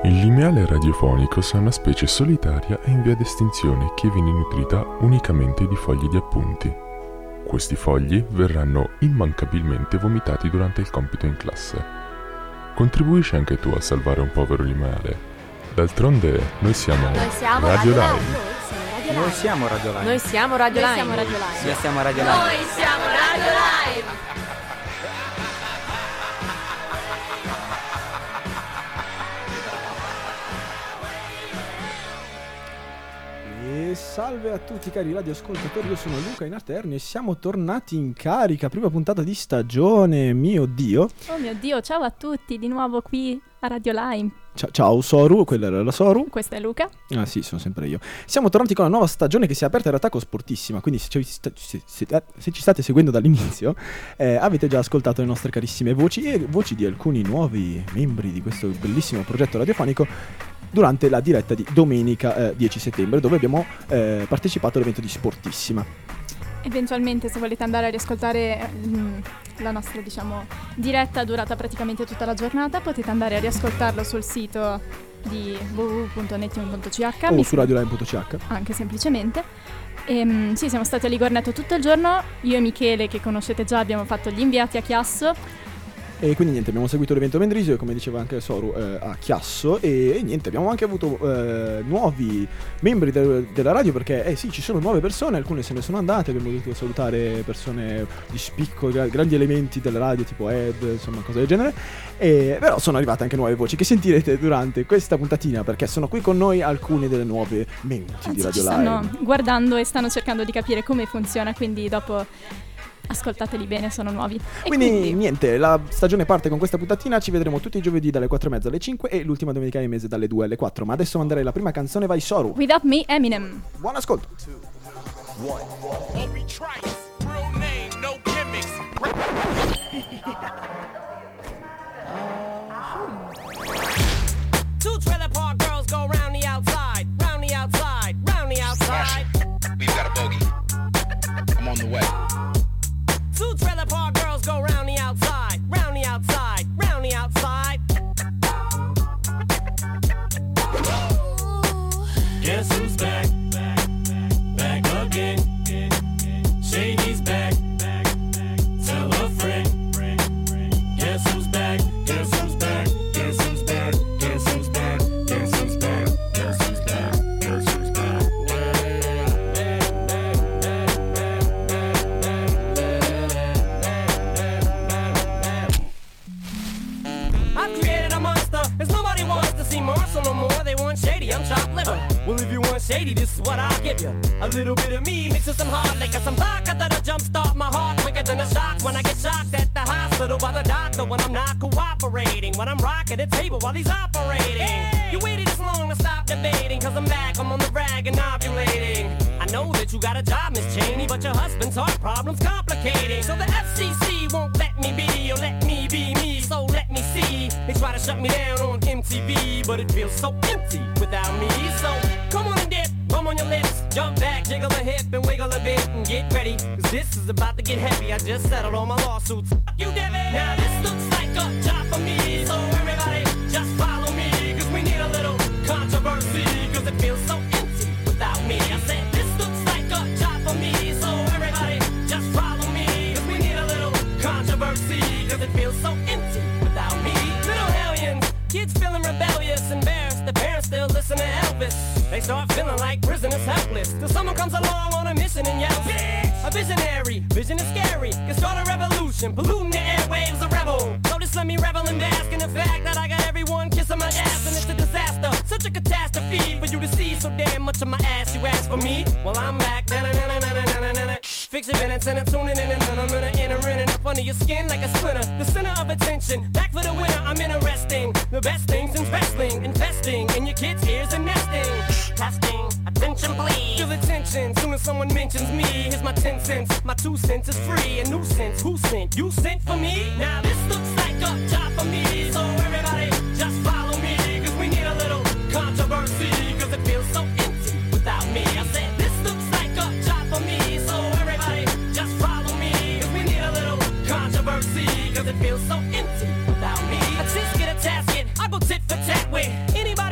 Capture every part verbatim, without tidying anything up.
Il limeale radiofonicus è una specie solitaria e in via d'estinzione che viene nutrita unicamente di fogli di appunti. Questi fogli verranno immancabilmente vomitati durante il compito in classe. Contribuisci anche tu a salvare un povero limeale. D'altronde noi siamo, noi siamo Radio Radio Live. Noi siamo Radio Live. Noi siamo Radio Live. Noi siamo Radio Live. Noi siamo Radio Live. Noi siamo Radio Live. E salve a tutti cari radioascoltatori, io sono Luca Inarterni e siamo tornati in carica, prima puntata di stagione, mio Dio. Oh mio Dio, ciao a tutti, di nuovo qui a Radio Live. Ciao, ciao Soru, quella era la Soru. Questa è Luca. Ah sì, sono sempre io. Siamo tornati con una nuova stagione che si è aperta in realtà con Sportissima, quindi se ci, sta, se, se, se ci state seguendo dall'inizio eh, avete già ascoltato le nostre carissime voci e voci di alcuni nuovi membri di questo bellissimo progetto radiofonico durante la diretta di domenica eh, dieci settembre, dove abbiamo eh, partecipato all'evento di Sportissima. Eventualmente, se volete andare a riascoltare mh, la nostra, diciamo, diretta durata praticamente tutta la giornata, potete andare a riascoltarlo sul sito di w w w punto nettuno punto c h o su radio live punto c h anche semplicemente. E, mh, sì, siamo stati a Ligornetto tutto il giorno. Io e Michele, che conoscete già, abbiamo fatto gli inviati a Chiasso. E quindi niente, abbiamo seguito l'evento Mendrisio, come diceva anche Soru, eh, a Chiasso. E, e niente, abbiamo anche avuto eh, nuovi membri de- della radio, perché eh sì, ci sono nuove persone, alcune se ne sono andate, abbiamo dovuto salutare persone di spicco, gra- grandi elementi della radio tipo Ed, insomma cose del genere. E, però sono arrivate anche nuove voci che sentirete durante questa puntatina, perché sono qui con noi alcune delle nuove menti Anzi, di Radio ci Live. Stanno guardando e stanno cercando di capire come funziona, quindi dopo ascoltateli bene, sono nuovi. E quindi, quindi niente, la stagione parte con questa puntatina. Ci vedremo tutti i giovedì dalle quattro e mezza alle cinque e l'ultima domenica di mese dalle due alle quattro. Ma adesso manderei la prima canzone, vai Soru. Without Me, Eminem. Buon ascolto. Two trailer park girls go round the outside, round the outside, round the outside. We've got a bogey. I'm on the way. Two trailer park girls go round the outside, round the outside, round the outside. Guess who's back? Back, back again. Shady's back. Tell a friend. Guess who's back? Guess who's back? Guess who's back? Guess who's back? Guess who's back? Guess who's back? Guess who's back? I've created a monster, cause nobody wants to see Marshall no more. They want Shady, I'm chopped liver. Well, if you want Shady, this is what I'll give you. A little bit of me mixed with some hard liquor, some vodka that'll jumpstart my heart quicker than a shock when I get shocked at the hospital by the doctor when I'm not cooperating, when I'm rocking the table while he's operating. Hey! You waited this long to stop debating, cause I'm back, I'm on the rag and ovulating. I know that you got a job, Miss Cheney, but your husband's heart problem's complicating. So the F C C won't let me be, or let me be me, so let me see. They try to shut me down on M T V, but it feels so empty without me. So come on and dip, bum on your lips, jump back, jiggle a hip and wiggle a bit and get ready, cause this is about to get heavy. I just settled all my lawsuits. Fuck you, Debbie. Now this looks like a job for me, so everybody just follow me, cause we need a little controversy, cause it feels so empty without me. I said this looks like a job for me, so everybody just follow me, cause we need a little controversy, cause it feels so empty without me. Little hellions, kids feeling rebellious, embarrassed, the parents still listen to Elvis. They start feeling like prisoners helpless, till someone comes along on a mission and yells, bitch! A visionary, vision is scary, can start a revolution, polluting the airwaves, a rebel. So just let me revel and bask in the fact that I got everyone kissing my ass and it's a disaster, such a catastrophe for you to see so damn much of my ass. You ask for me, well I'm back. Fix your minutes and I'm tuning in and I'm gonna enter in and up under your skin like a splinter. The center of attention, back for the winner, I'm interesting. The best things in wrestling, investing in your kids' ears and nesting. Testing, attention please. Feel the tension, soon as someone mentions me. Here's my ten cents, my two cents is free. A nuisance, who sent? You sent for me? Now this looks like a job for me, so everybody just follow me, cause we need a little controversy, cause it feels so empty without me. I said this looks like a job for me, so everybody just follow me, cause we need a little controversy, cause it feels so empty without me. A tisk get a tasket, I go tit for tat with anybody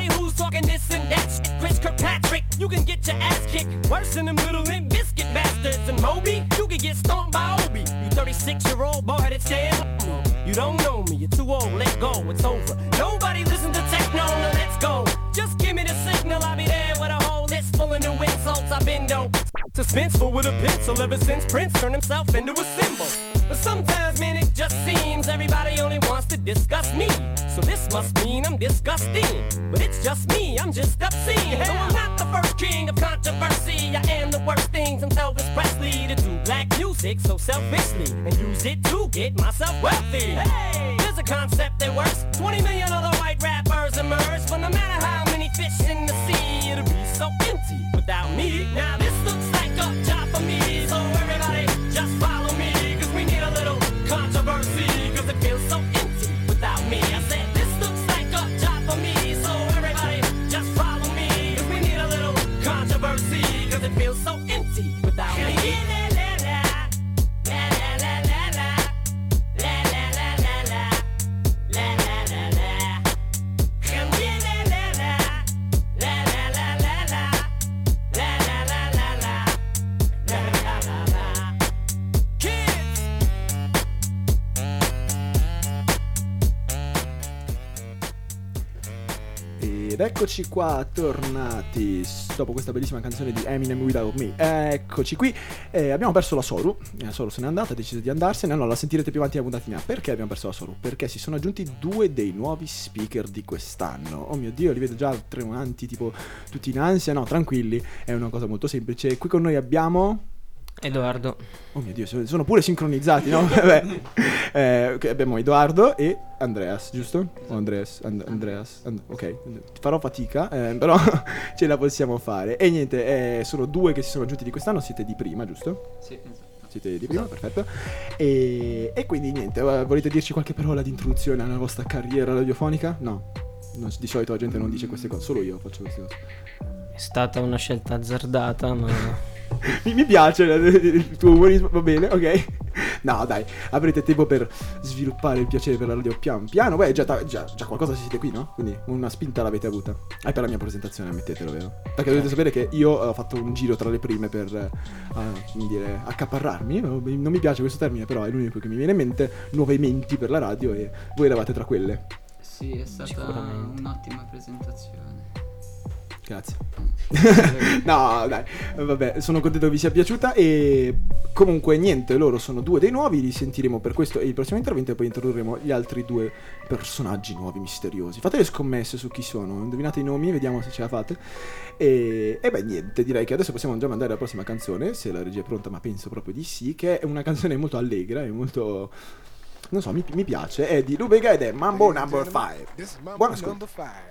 Worse than them little Limp Biscuit bastards. And Moby, you could get stomped by Obi. You thirty-six-year-old boy that stand. You don't know me, you're too old, let go, it's over. Nobody listen to techno, no, let's go. Just give me the signal, I'll be there with a whole list full of new insults. I've been dope, suspenseful with a pencil ever since Prince turned himself into a symbol. But sometimes, man, it just seems everybody only wants to discuss me. So this must mean I'm disgusting. But it's just me, I'm just obscene. No, I'm not the first king of controversy. I am the worst thing since Elvis Presley to do black music so selfishly and use it to get myself wealthy. Hey, there's a concept that works. twenty million other white rappers emerge, but no matter how many fish in the sea, it'll be so empty without me. Now this looks like a job for me, so everybody just follow me, cause we need a little controversy, cause it feels so empty without me. I said this looks like a job for me, so everybody just follow me, cause we need a little controversy, cause it feels so empty without me. Ed eccoci qua, tornati dopo questa bellissima canzone di Eminem Without Me. Eccoci qui, eh, abbiamo perso la Soru. La Soru se n'è andata, ha deciso di andarsene. No, la sentirete più avanti nella puntatina. Perché abbiamo perso la Soru? Perché si sono aggiunti due dei nuovi speaker di quest'anno. Oh mio Dio, li vedo già tremanti, tipo tutti in ansia. No, tranquilli, è una cosa molto semplice. Qui con noi abbiamo... Edoardo. Oh mio Dio, sono pure sincronizzati, no? Beh, eh, okay, abbiamo Edoardo e Andreas, giusto? O Andreas, And- Andreas, And- ok, farò fatica, eh, però ce la possiamo fare. E niente, eh, sono due che si sono aggiunti di quest'anno, siete di prima, giusto? Sì, esatto. Siete di prima, perfetto. E, e quindi niente, volete dirci qualche parola di introduzione alla vostra carriera radiofonica? No, non, di solito la gente non dice queste cose, solo io faccio queste cose. È stata una scelta azzardata, ma... mi, mi piace il tuo umorismo, va bene, ok? No, dai, avrete tempo per sviluppare il piacere per la radio pian piano. Beh, già, già, già qualcosa siete qui, no? Quindi una spinta l'avete avuta. Ah, per la mia presentazione, ammettetelo, vero? Perché dovete sapere che io ho fatto un giro tra le prime per, uh, come dire, accaparrarmi. Non mi piace questo termine, però è l'unico che mi viene in mente. Nuove menti per la radio e voi eravate tra quelle. Sì, è stata un'ottima presentazione. Grazie. No, dai, vabbè, sono contento che vi sia piaciuta. E comunque niente, loro sono due dei nuovi. Li sentiremo per questo e il prossimo intervento. E poi introdurremo gli altri due personaggi nuovi misteriosi. Fate le scommesse su chi sono, indovinate i nomi, vediamo se ce la fate. E, e beh, niente, direi che adesso possiamo già mandare la prossima canzone, se la regia è pronta, ma penso proprio di sì. Che è una canzone molto allegra e molto... non so, mi, mi piace. È di Lubega ed è Mambo Number five. Buon ascolto.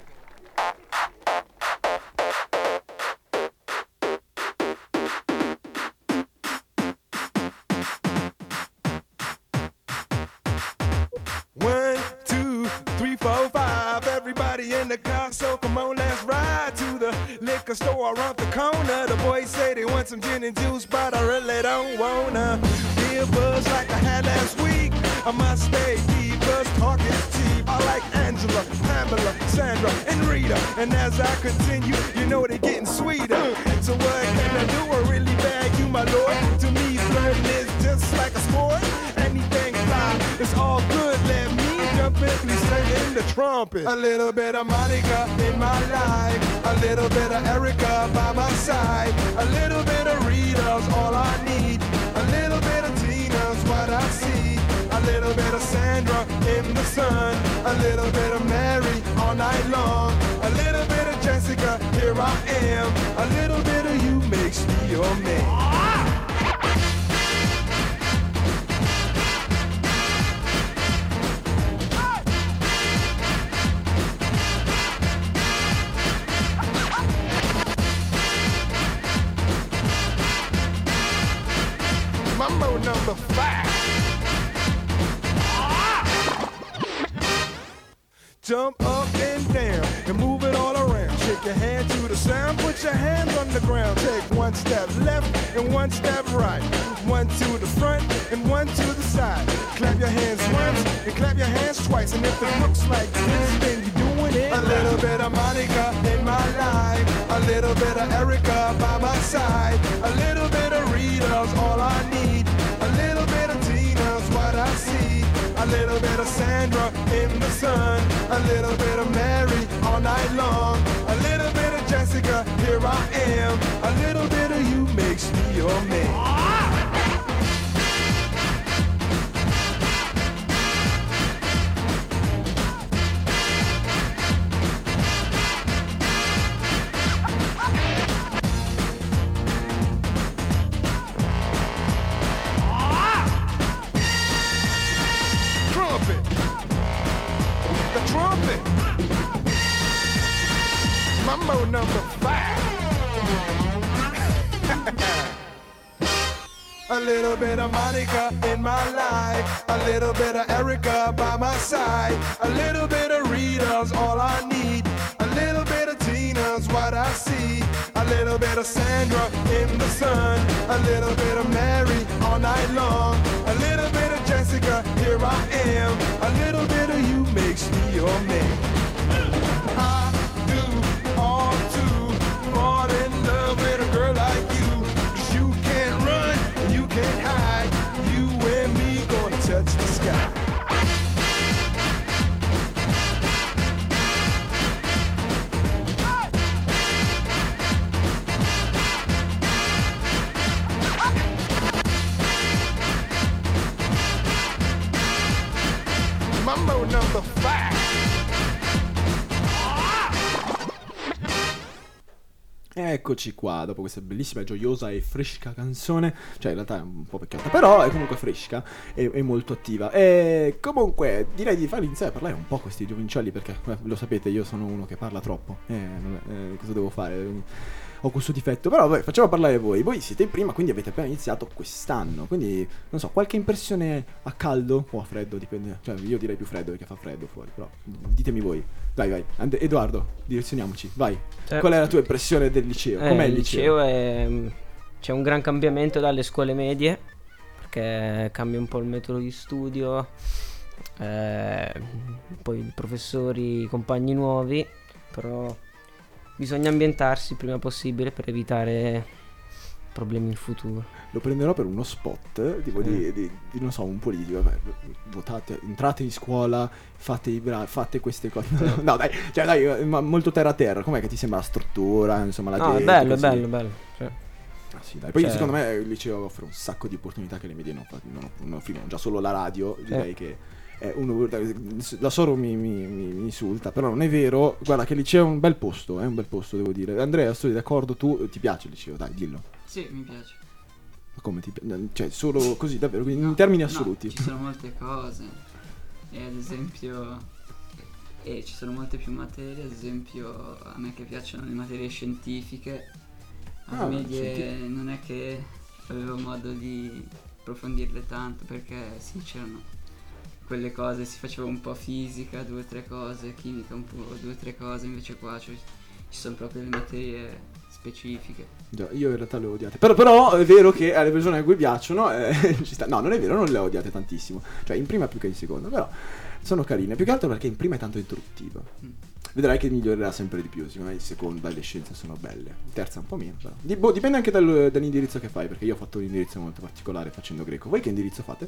In the car, so come on, let's ride to the liquor store around the corner. The boys say they want some gin and juice, but I really don't wanna be a buzz like I had last week. I must stay deep, cause talk is cheap. I like Angela, Pamela, Sandra, and Rita. And as I continue, you know they're getting sweeter. So what can I do? I really bag you, my lord. To me, flirting is just like a sport. Anything fly, it's all good. Let me jump in, please sing in the trumpet. A little bit of Monica in my life, a little bit of Erica by my side, a little bit of Rita's all I need, a little bit of Tina's what I see, a little bit of Sandra in the sun, a little bit of Mary all night long, a little bit of Jessica, here I am, a little bit of you makes me your man. Mambo number five. Jump up and down and move it all around. Shake your hand to the sound, put your hands on the ground. Take one step left and one step right. One to the front and one to the side. Clap your hands once and clap your hands twice. And if it looks like this, then you're doing it. A little bit of Monica in my life, a little bit of Erica by my side. A little bit of Rita's all I need. A little bit of Tina's what I see. A little bit of Sandra in the sun. A little bit of Mary all night long. A little bit of Jessica, here I am. A little bit of you makes me your man. Mambo number five. A little bit of Monica in my life. A little bit of Erica by my side. A little bit of Rita's all I need. A little bit of Tina's what I see. A little bit of Sandra in the sun. A little bit of Mary all night long. A little bit of Jessica, here I am. A little bit of you makes me your man. I do all to fall in love with a girl like you. 'Cause you can't run and you can't hide. You and me gonna touch the sky. Mambo number five. Eccoci qua, dopo questa bellissima, gioiosa e fresca canzone. Cioè in realtà è un po' vecchiotta, però è comunque fresca e, e molto attiva. E comunque direi di fare iniziare a parlare un po' questi giovincelli, perché eh, lo sapete, io sono uno che parla troppo. Eh, eh, cosa devo fare? Ho questo difetto, però vabbè, facciamo parlare voi. Voi siete in prima, quindi avete appena iniziato quest'anno. Quindi, non so, qualche impressione a caldo o a freddo, dipende. Cioè, io direi più freddo perché fa freddo fuori, però ditemi voi. Vai, vai. And- Edoardo, direzioniamoci, vai. Cioè, qual è la tua impressione del liceo? Eh, Com'è il il liceo? liceo è... c'è un gran cambiamento dalle scuole medie, perché cambia un po' il metodo di studio, eh, poi i professori, i compagni nuovi, però bisogna ambientarsi il prima possibile per evitare problemi in futuro. Lo prenderò per uno spot, tipo Sì. di, di, di, non so, un politico. Vabbè, votate, entrate in scuola, fate i bra- fate queste cose. No, dai, cioè dai, ma molto terra a terra. Com'è che ti sembra la struttura, insomma, la No, è gente, bello, è così? bello, è bello. Cioè, Ah, sì, dai. Poi Cioè- secondo me il liceo offre un sacco di opportunità che le medie non, fa- non, non offrono. Già solo la radio, direi che è uno. La Soro mi, mi, mi, mi insulta, però non è vero. Guarda che il liceo è un bel posto, è un bel posto, devo dire. Andrea, sei d'accordo? Tu ti piace il liceo? Dai, dillo. Sì, mi piace. Ma come ti piace? Cioè, solo così, davvero, in termini assoluti. No, ci sono molte cose. E ad esempio... E ci sono molte più materie, ad esempio a me che piacciono le materie scientifiche. Alle Ah, medie scienti- non è che avevo modo di approfondirle tanto, perché sì, c'erano quelle cose, si faceva un po' fisica, due o tre cose, chimica un po', due o tre cose, invece qua cioè, ci sono proprio le materie specifiche. Già, io in realtà le ho odiate. Però, però è vero che alle persone a cui piacciono eh, ci sta. No, non è vero, non le ho odiate tantissimo. Cioè in prima più che in seconda, però sono carine. Più che altro perché in prima è tanto introduttiva. Mm. Vedrai che migliorerà sempre di più. Secondo me in seconda le scienze sono belle. In terza un po' meno, però. Di- boh, dipende anche dal- dall'indirizzo che fai, perché io ho fatto un indirizzo molto particolare facendo greco. Voi che indirizzo fate?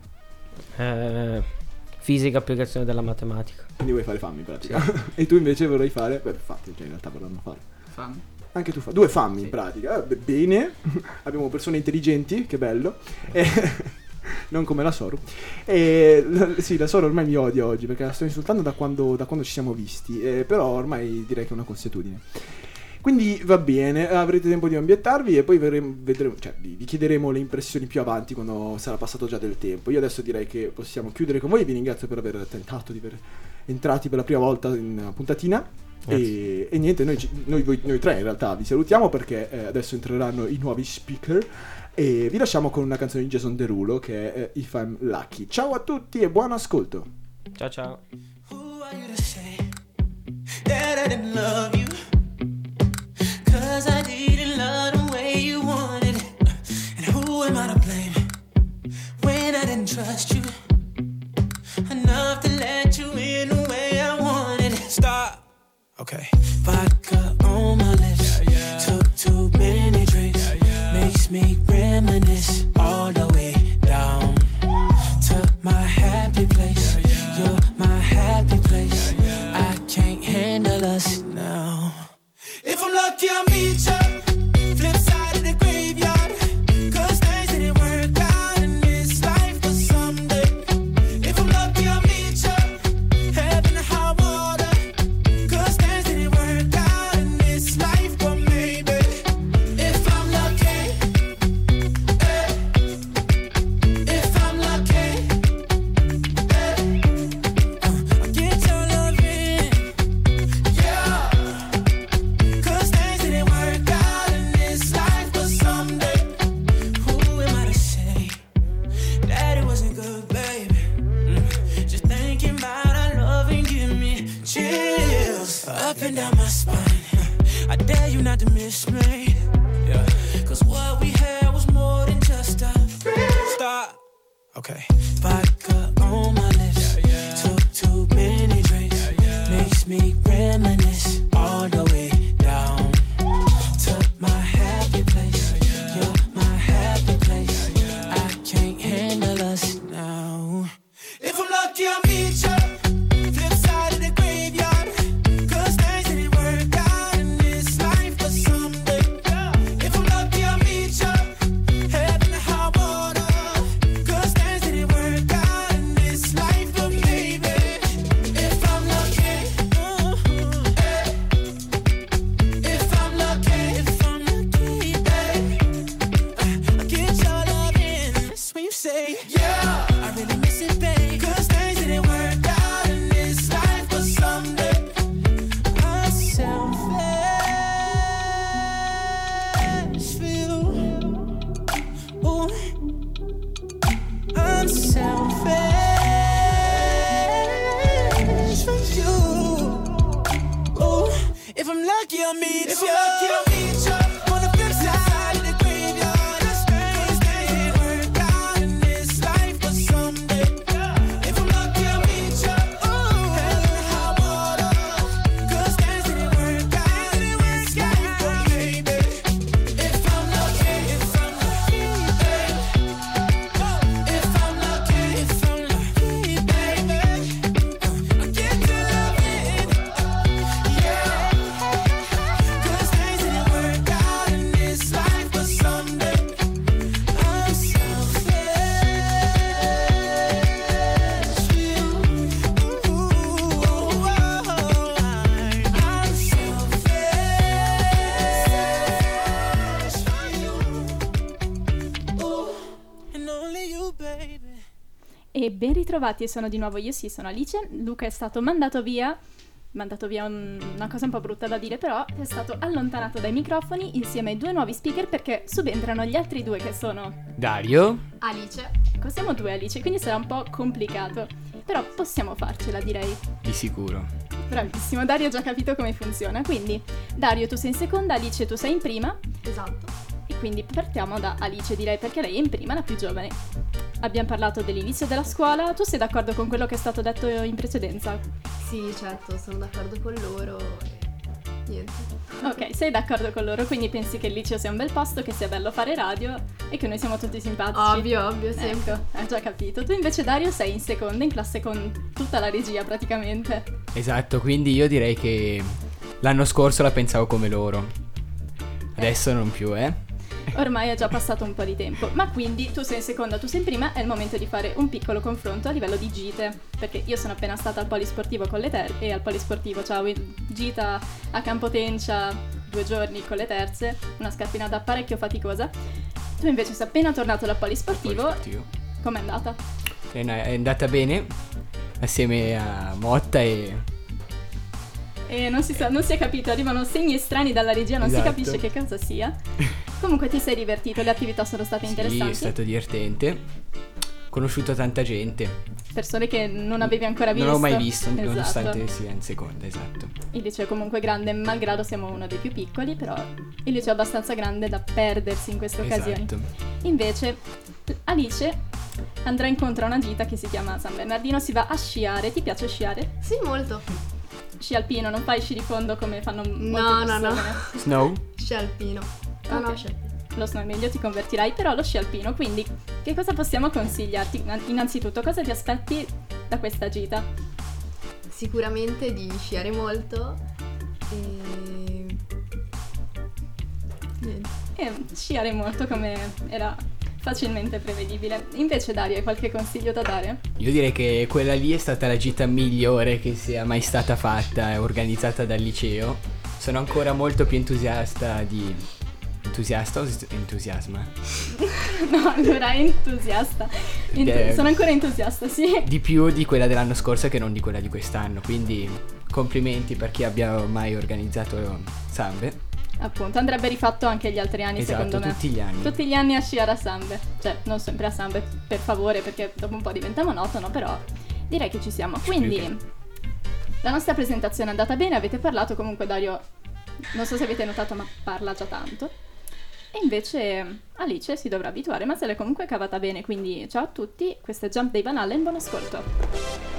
eh, fisica, applicazione della matematica. Quindi vuoi fare fammi in pratica. E tu invece vorrai fare... Beh, fate, cioè in realtà vorranno fare. Fammi. Anche tu fai due fammi Sì. in pratica. Eh, b- bene. Abbiamo persone intelligenti, che bello. E... non come la Soru. E l- sì, la Soru ormai mi odia oggi perché la sto insultando da quando, da quando ci siamo visti. Eh, però ormai direi che è una consuetudine. Quindi va bene, avrete tempo di ambientarvi e poi vedremo, vedremo cioè vi, vi chiederemo le impressioni più avanti quando sarà passato già del tempo. Io adesso direi che possiamo chiudere con voi. Vi ringrazio per aver tentato di aver entrati per la prima volta in una puntatina. E, e niente, noi, ci- noi, voi- noi tre in realtà vi salutiamo perché eh, adesso entreranno i nuovi speaker e vi lasciamo con una canzone di Jason Derulo che è eh, If I'm Lucky. Ciao a tutti e buon ascolto. Ciao ciao. Who are you to say that I didn't love you? Cause I didn't love the way you wanted it. And who am I to blame when I didn't trust you enough to let you in the way I wanted it? Stop. Okay. Vodka on my lips. Yeah, yeah. Took too many drinks. me reminisce all the way down to my happy place. You're my happy place. I can't handle us now. If I'm lucky, I'll meet you flip side of the graveyard. Cause things didn't work out in this life, but someday. If I'm lucky, I'll meet you heaven and high water. Cause things didn't work out in this life, but maybe. If I'm lucky, eh. If I'm lucky, eh. uh, I'll get your love in, yeah. Cause things didn't work out in this life, but someday. Who am I to say that it wasn't good, baby? Mm. Just thinking about our love and give me chills up and down my spine. I dare you not to miss me, yeah. Cause what we had was more than just a stop. Okay, vodka on my lips, took too many drinks, makes me reminisce all the way down to my happy place. You're my happy place. I can't handle us now. If I'm lucky, I'll meet you flip side of the graveyard. Cause things didn't work out in this life, but someday. If I'm lucky, I'll meet you heaven and high water. Cause things didn't work out in this life, but maybe. If I'm lucky, uh, eh. If I'm lucky, if I'm lucky, eh. I'll get your love in. That's when you say, yeah, I really miss it, babe. Cause things didn't work out in this life, but someday. I'm selfish for you. Ooh. I'm selfish for you. Ooh. If I'm lucky, I'll meet if you. If I'm lucky, I'll meet you on the flip side of the graveyard. Cause things didn't work out in this life, but someday. If I'm lucky, I'll meet you. Ooh. Heaven and high water. Cause things didn't work out in this life, but maybe. If I'm lucky, if I'm lucky, babe. If I'm lucky, if I'm lucky, baby. I'll get to love it, yeah. Cause things didn't work out in this life, but someday. I'm selfish for you. Ooh, I'm selfish for you. Ooh, and only you, baby. E ben ritrovati, sono di nuovo io, sì, sono Alice. Luca è stato mandato via, mandato via un- una cosa un po' brutta da dire, però è stato allontanato dai microfoni insieme ai due nuovi speaker perché subentrano gli altri due che sono... Dario? Alice. Ecco, siamo due Alice, quindi sarà un po' complicato, però possiamo farcela, direi. Di sicuro. Bravissimo, Dario ha già capito come funziona, quindi Dario tu sei in seconda, Alice tu sei in prima. Esatto. E quindi partiamo da Alice, direi, perché lei è in prima, la più giovane. Abbiamo parlato dell'inizio della scuola, tu sei d'accordo con quello che è stato detto in precedenza? Sì, certo, sono d'accordo con loro. E niente. Ok, sei d'accordo con loro, quindi pensi che il liceo sia un bel posto, che sia bello fare radio e che noi siamo tutti simpatici? Ovvio, ovvio, sempre. Ecco, hai già capito. Tu invece, Dario, sei in seconda, in classe con tutta la regia praticamente. Esatto, quindi io direi che l'anno scorso la pensavo come loro. Adesso non più, eh? Ormai è già passato un po' di tempo, ma quindi tu sei in seconda, tu sei in prima, è il momento di fare un piccolo confronto a livello di gite, perché io sono appena stata al polisportivo con le terze e al polisportivo, ciao, gita a Campotencia, due giorni con le terze, una scarpinata parecchio faticosa. Tu invece sei appena tornato dal polisportivo, Polisportivo. com'è andata? È è andata bene, assieme a Motta e... E non si sa, non si è capito, arrivano segni strani dalla regia, non Esatto. si capisce che cosa sia. Comunque ti sei divertito, le attività sono state Sì, interessanti. è stato divertente. Ho conosciuto tanta gente. Persone che non avevi ancora visto. Non ho mai visto, Esatto. nonostante sia in seconda, esatto. Il liceo è comunque grande, malgrado siamo uno dei più piccoli, però il liceo è abbastanza grande da perdersi in queste occasioni. Esatto. Invece Alice andrà incontro a una gita che si chiama San Bernardino, si va a sciare. Ti piace sciare? Sì, molto. Sci alpino, non fai sci di fondo come fanno molte No, no, no. persone. Snow? Sci alpino. No, no, Ok. sci alpino. lo snow meglio ti convertirai, però lo sci alpino, quindi che cosa possiamo consigliarti? Innanzitutto, cosa ti aspetti da questa gita? Sicuramente di sciare molto e... niente. E sciare molto, come era facilmente prevedibile. Invece Dario, hai qualche consiglio da dare? Io direi che quella lì è stata la gita migliore che sia mai stata fatta e organizzata dal liceo. Sono ancora molto più entusiasta di... Entusiasta o entusiasma? No, allora entusiasta. Entu- De- sono ancora entusiasta, sì. Di più di quella dell'anno scorso che non di quella di quest'anno. Quindi complimenti per chi abbia mai organizzato Sambe. Appunto, andrebbe rifatto anche gli altri anni, Esatto, secondo me. tutti gli anni. Tutti gli anni a sciare a Sambe. Cioè, non sempre a Sambe, per favore, perché dopo un po' diventa monotono, però direi che ci siamo. Quindi, la nostra presentazione è andata bene, avete parlato, comunque Dario, non so se avete notato, ma parla già tanto. E invece Alice si dovrà abituare, ma se l'è comunque cavata bene, quindi ciao a tutti, questo è Jump dei Van Allen, buon ascolto.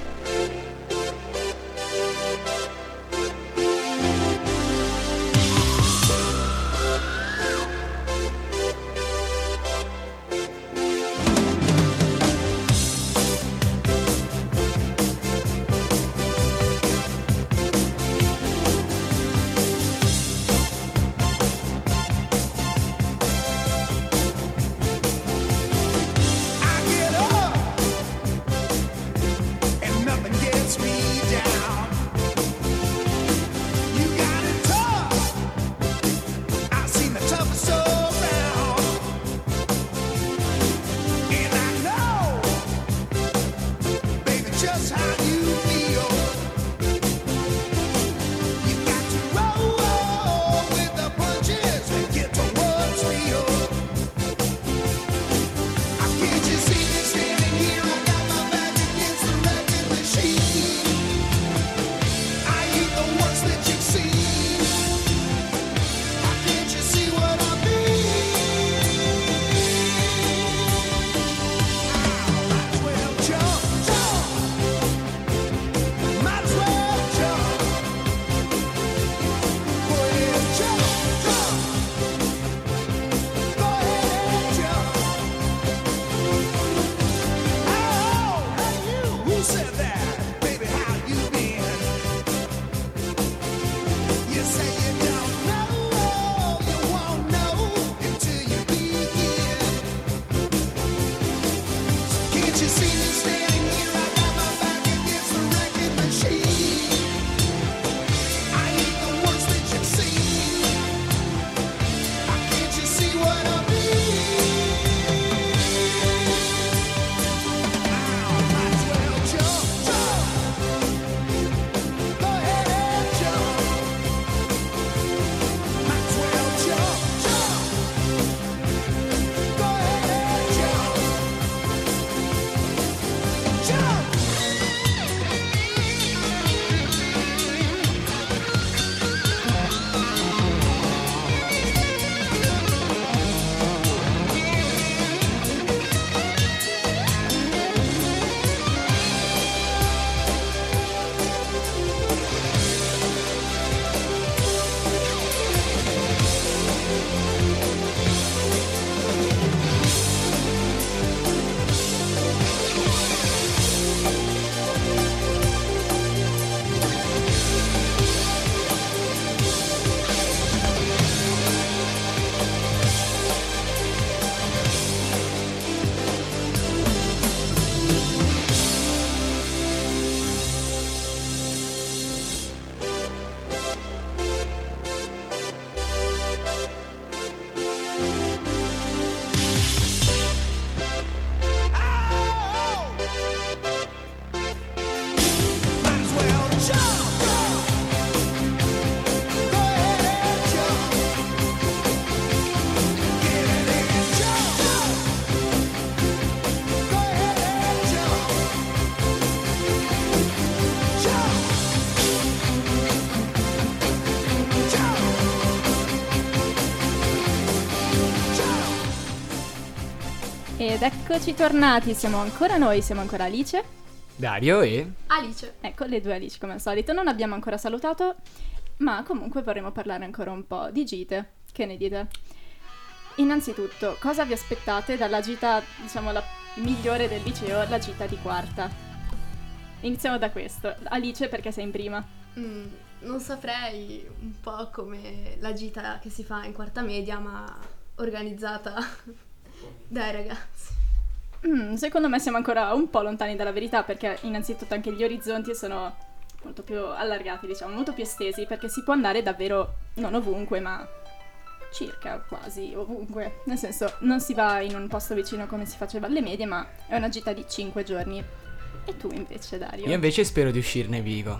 Ed eccoci tornati, siamo ancora noi, siamo ancora Alice, Dario e... Alice. Ecco, le due Alice come al solito. Non abbiamo ancora salutato, ma comunque vorremmo parlare ancora un po' di gite. Che ne dite? Innanzitutto, cosa vi aspettate dalla gita, diciamo, la migliore del liceo, la gita di quarta? Iniziamo da questo. Alice, perché sei in prima? Mm, non saprei, un po' come la gita che si fa in quarta media, ma organizzata dai ragazzi. Mm, secondo me siamo ancora un po' lontani dalla verità, perché innanzitutto anche gli orizzonti sono molto più allargati, diciamo, molto più estesi, perché si può andare davvero, non ovunque, ma circa quasi ovunque. Nel senso, non si va in un posto vicino come si faceva alle medie, ma è una gita di cinque giorni. E tu invece, Dario? Io invece spero di uscirne vivo.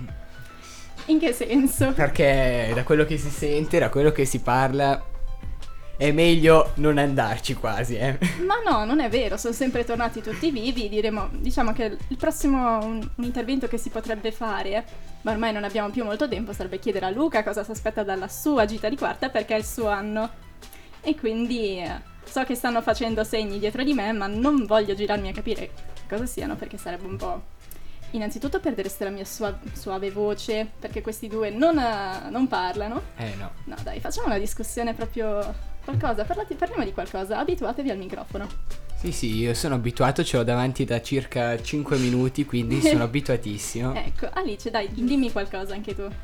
In che senso? Perché da quello che si sente, da quello che si parla, è meglio non andarci quasi, eh. Ma no, non è vero, sono sempre tornati tutti vivi. Diremo, diciamo che il prossimo un, un intervento che si potrebbe fare, ma ormai non abbiamo più molto tempo, sarebbe chiedere a Luca cosa si aspetta dalla sua gita di quarta, perché è il suo anno. E quindi eh, so che stanno facendo segni dietro di me, ma non voglio girarmi a capire cosa siano, perché sarebbe un po'... Innanzitutto perdereste la mia sua- suave voce, perché questi due non, uh, non parlano. Eh no. No dai, facciamo una discussione proprio... Qualcosa, parlati, parliamo di qualcosa, abituatevi al microfono. Sì sì, io sono abituato, ce l'ho davanti da circa cinque minuti, quindi sono abituatissimo. Ecco, Alice, dai, dimmi qualcosa anche tu.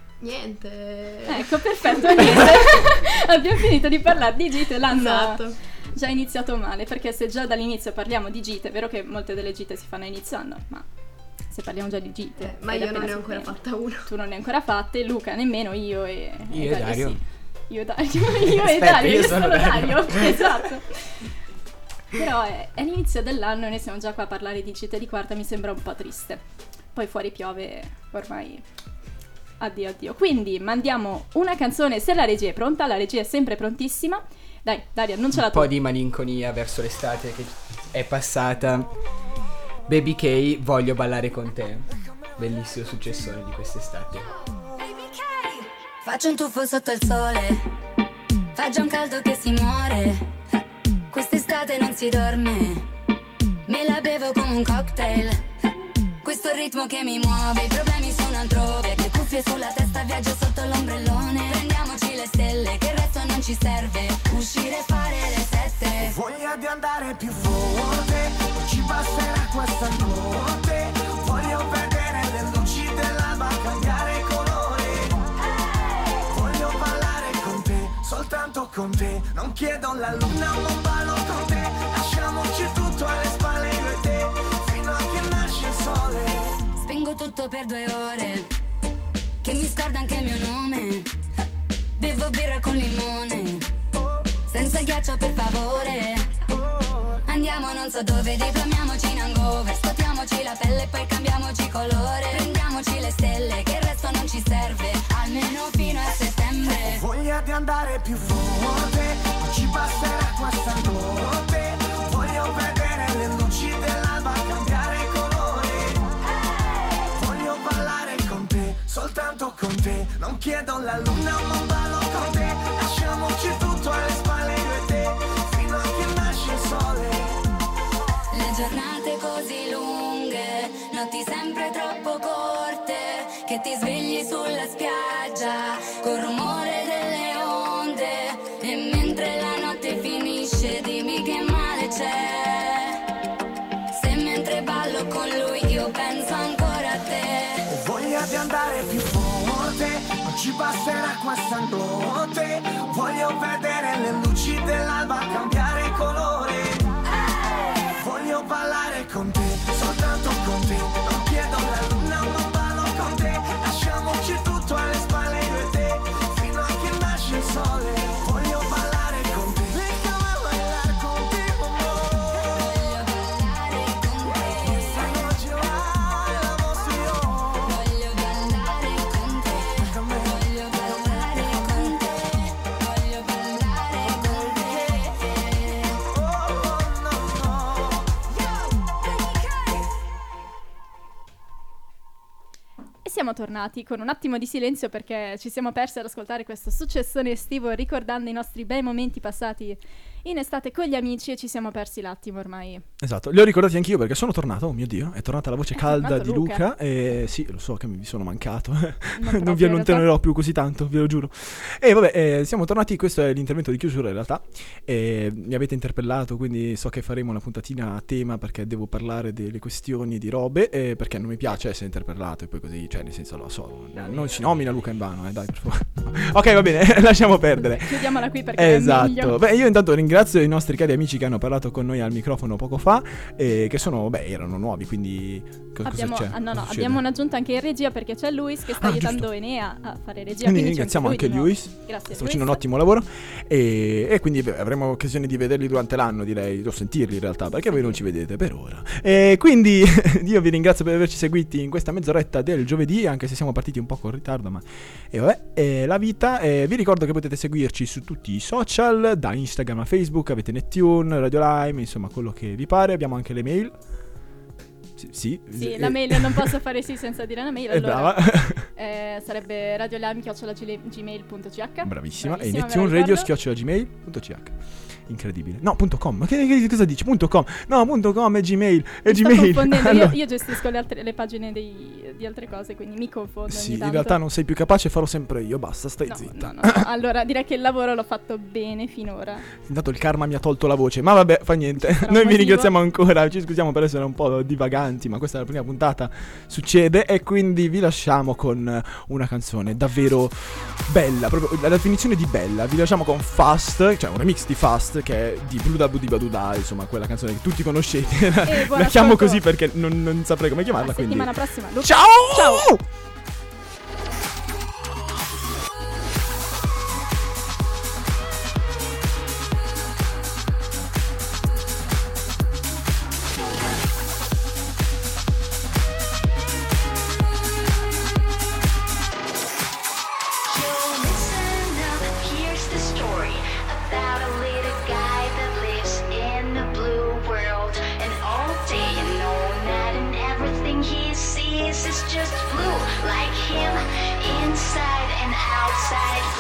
Niente. Ecco, perfetto, niente. Abbiamo finito di parlare di gite, l'anno Esatto. già iniziato male, perché se già dall'inizio parliamo di gite, è vero che molte delle gite si fanno a inizio anno, ma se parliamo già di gite... Eh, ma ed io appena non ne ho ancora settembre. fatta una. Tu non ne hai ancora fatte, Luca nemmeno, io e... Io e Dario. Sì. Io e Dario, io e Aspetta, Dario, io io sono sono Dario. Dario, esatto. Però è, è l'inizio dell'anno e noi siamo già qua a parlare di gite di quarta, mi sembra un po' triste. Poi fuori piove, ormai addio addio. Quindi mandiamo una canzone, se la regia è pronta, la regia è sempre prontissima. Dai, Dario, annunciala Un tu. po' di malinconia verso l'estate che è passata. Baby K, voglio ballare con te. Bellissimo successore di quest'estate. Faccio un tuffo sotto il sole, fa già un caldo che si muore. Quest'estate non si dorme, me la bevo come un cocktail. Questo è il ritmo che mi muove, i problemi sono altrove. Le cuffie sulla testa, viaggio sotto l'ombrellone. Prendiamoci le stelle, che il resto non ci serve. Uscire e fare le sette. Ho voglia di andare più forte, non ci basterà questa notte. Voglio vedere le luci dell'alba cambiare colore. Voglio ballare con te, soltanto con te. Non chiedo la luna, ma ballo con te. Lasciamoci tutto alle spalle io e te, fino a che nasce il sole. Spengo tutto per due ore, che mi scorda anche il mio nome. Bevo birra con limone, senza ghiaccio per favore. Andiamo non so dove, diplomiamoci in hangover. Scotiamoci la pelle e poi cambiamoci colore. Prendiamoci le stelle, che il resto non ci serve, almeno fino a settembre. Ho voglia di andare più forte, non ci basterà questa notte. Voglio vedere le luci dell'alba cambiare colore. Voglio ballare con te, soltanto con te. Non chiedo la luna, ma ballo con te. Lasciamoci tutto alle spalle io e te, fino a che nasce il sole. Le giornate così lunghe, notti sempre troppo corte, che ti svegli sulla spiaggia col rumore delle onde. E mentre la notte finisce dimmi che male c'è, se mentre ballo con lui io penso ancora a te. Ho voglia di andare più forte, non ci basterà questa notte. Voglio vedere le luci dell'alba cambiare colore. Voglio ballare con te, soltanto con te. Non chiedo la luna, ma ballo con te. Lasciamoci tutto alle spalle io e te, fino a che nasce il sole. Voglio ballare con te, lasciami ballare contigo, amore. Voglio ballare con te, questa noche vai, la mostro io. Voglio ballare con te, voglio ballare con te, voglio ballare con te. Oh no no. E siamo tornati con un attimo di silenzio perché ci siamo persi ad ascoltare questo successone estivo, ricordando i nostri bei momenti passati in estate con gli amici e ci siamo persi l'attimo ormai. Esatto, li ho ricordati anch'io perché sono tornato, oh mio Dio, è tornata la voce È calda tornato di Luca. Luca e sì, lo so che mi sono mancato, non, proprio, vi in allontanerò realtà. più così tanto, ve lo giuro. E vabbè, eh, siamo tornati, questo è l'intervento di chiusura in realtà, e mi avete interpellato, quindi so che faremo una puntatina a tema perché devo parlare delle questioni di robe, e perché non mi piace essere interpellato e poi così, cioè nel senso lo so, non si nomina Luca in vano, eh, dai per favore. Ok, va bene, lasciamo perdere. Chiudiamola qui perché è meglio. Esatto. Beh, io intanto ringrazio i nostri cari amici che hanno parlato con noi al microfono poco fa e che sono, beh, erano nuovi, quindi co- Abbiamo, cosa c'è? ah, no, no, Cosa succede? abbiamo un'aggiunta anche in regia perché c'è Luis che sta Ah, aiutando giusto. Enea a fare regia. Quindi c'è ringraziamo lui anche di nuovo. Luis, Grazie sta facendo un Luis. ottimo lavoro e, e quindi beh, avremo occasione di vederli durante l'anno, direi, o sentirli in realtà, perché voi non ci vedete per ora. E quindi io vi ringrazio per averci seguiti in questa mezz'oretta del giovedì, anche se siamo partiti un po' con ritardo, ma e vabbè, è la vita. E vi ricordo che potete seguirci su tutti i social, da Instagram a Facebook, avete Nettune, Radio Lime, insomma quello che vi pare. Abbiamo anche le mail. Sì, sì, Sì, eh, la mail non posso fare sì senza dire la mail. Eh, Allora, brava. eh, sarebbe radiolami chiocciola gmail punto c h. Bravissima, e me la Nettune Radio ricordo. chiocciola gmail punto c h. Incredibile. No, punto .com. Ma che, che- cosa dici? Punto .com. No, punto .com è Gmail. È Mi sto Gmail. confondendo, Allora- io, io gestisco le, altre, le pagine dei- di altre cose, quindi mi confondo Sì, ogni in tanto. realtà non sei più capace, farò sempre io. Basta, stai No, zitta. no, no, no. Allora, direi che il lavoro l'ho fatto bene finora. Intanto il karma mi ha tolto la voce, ma vabbè, fa niente. un Noi vi motivo. ringraziamo ancora, ci scusiamo per essere un po' divaganti, ma questa è la prima puntata, succede, e quindi vi lasciamo con una canzone davvero bella, proprio la definizione di bella. Vi lasciamo con Fast, cioè un remix di Fast che è di Blue Da Budi Baduda, insomma, quella canzone che tutti conoscete. E buon La chiamo ascolto. così perché non, non saprei come chiamarla, La quindi settimana prossima. Luca. ciao! Ciao! Here's the story about a little guy that lives in the blue world. And all day and all night, and everything he sees is just blue, like him, inside and outside.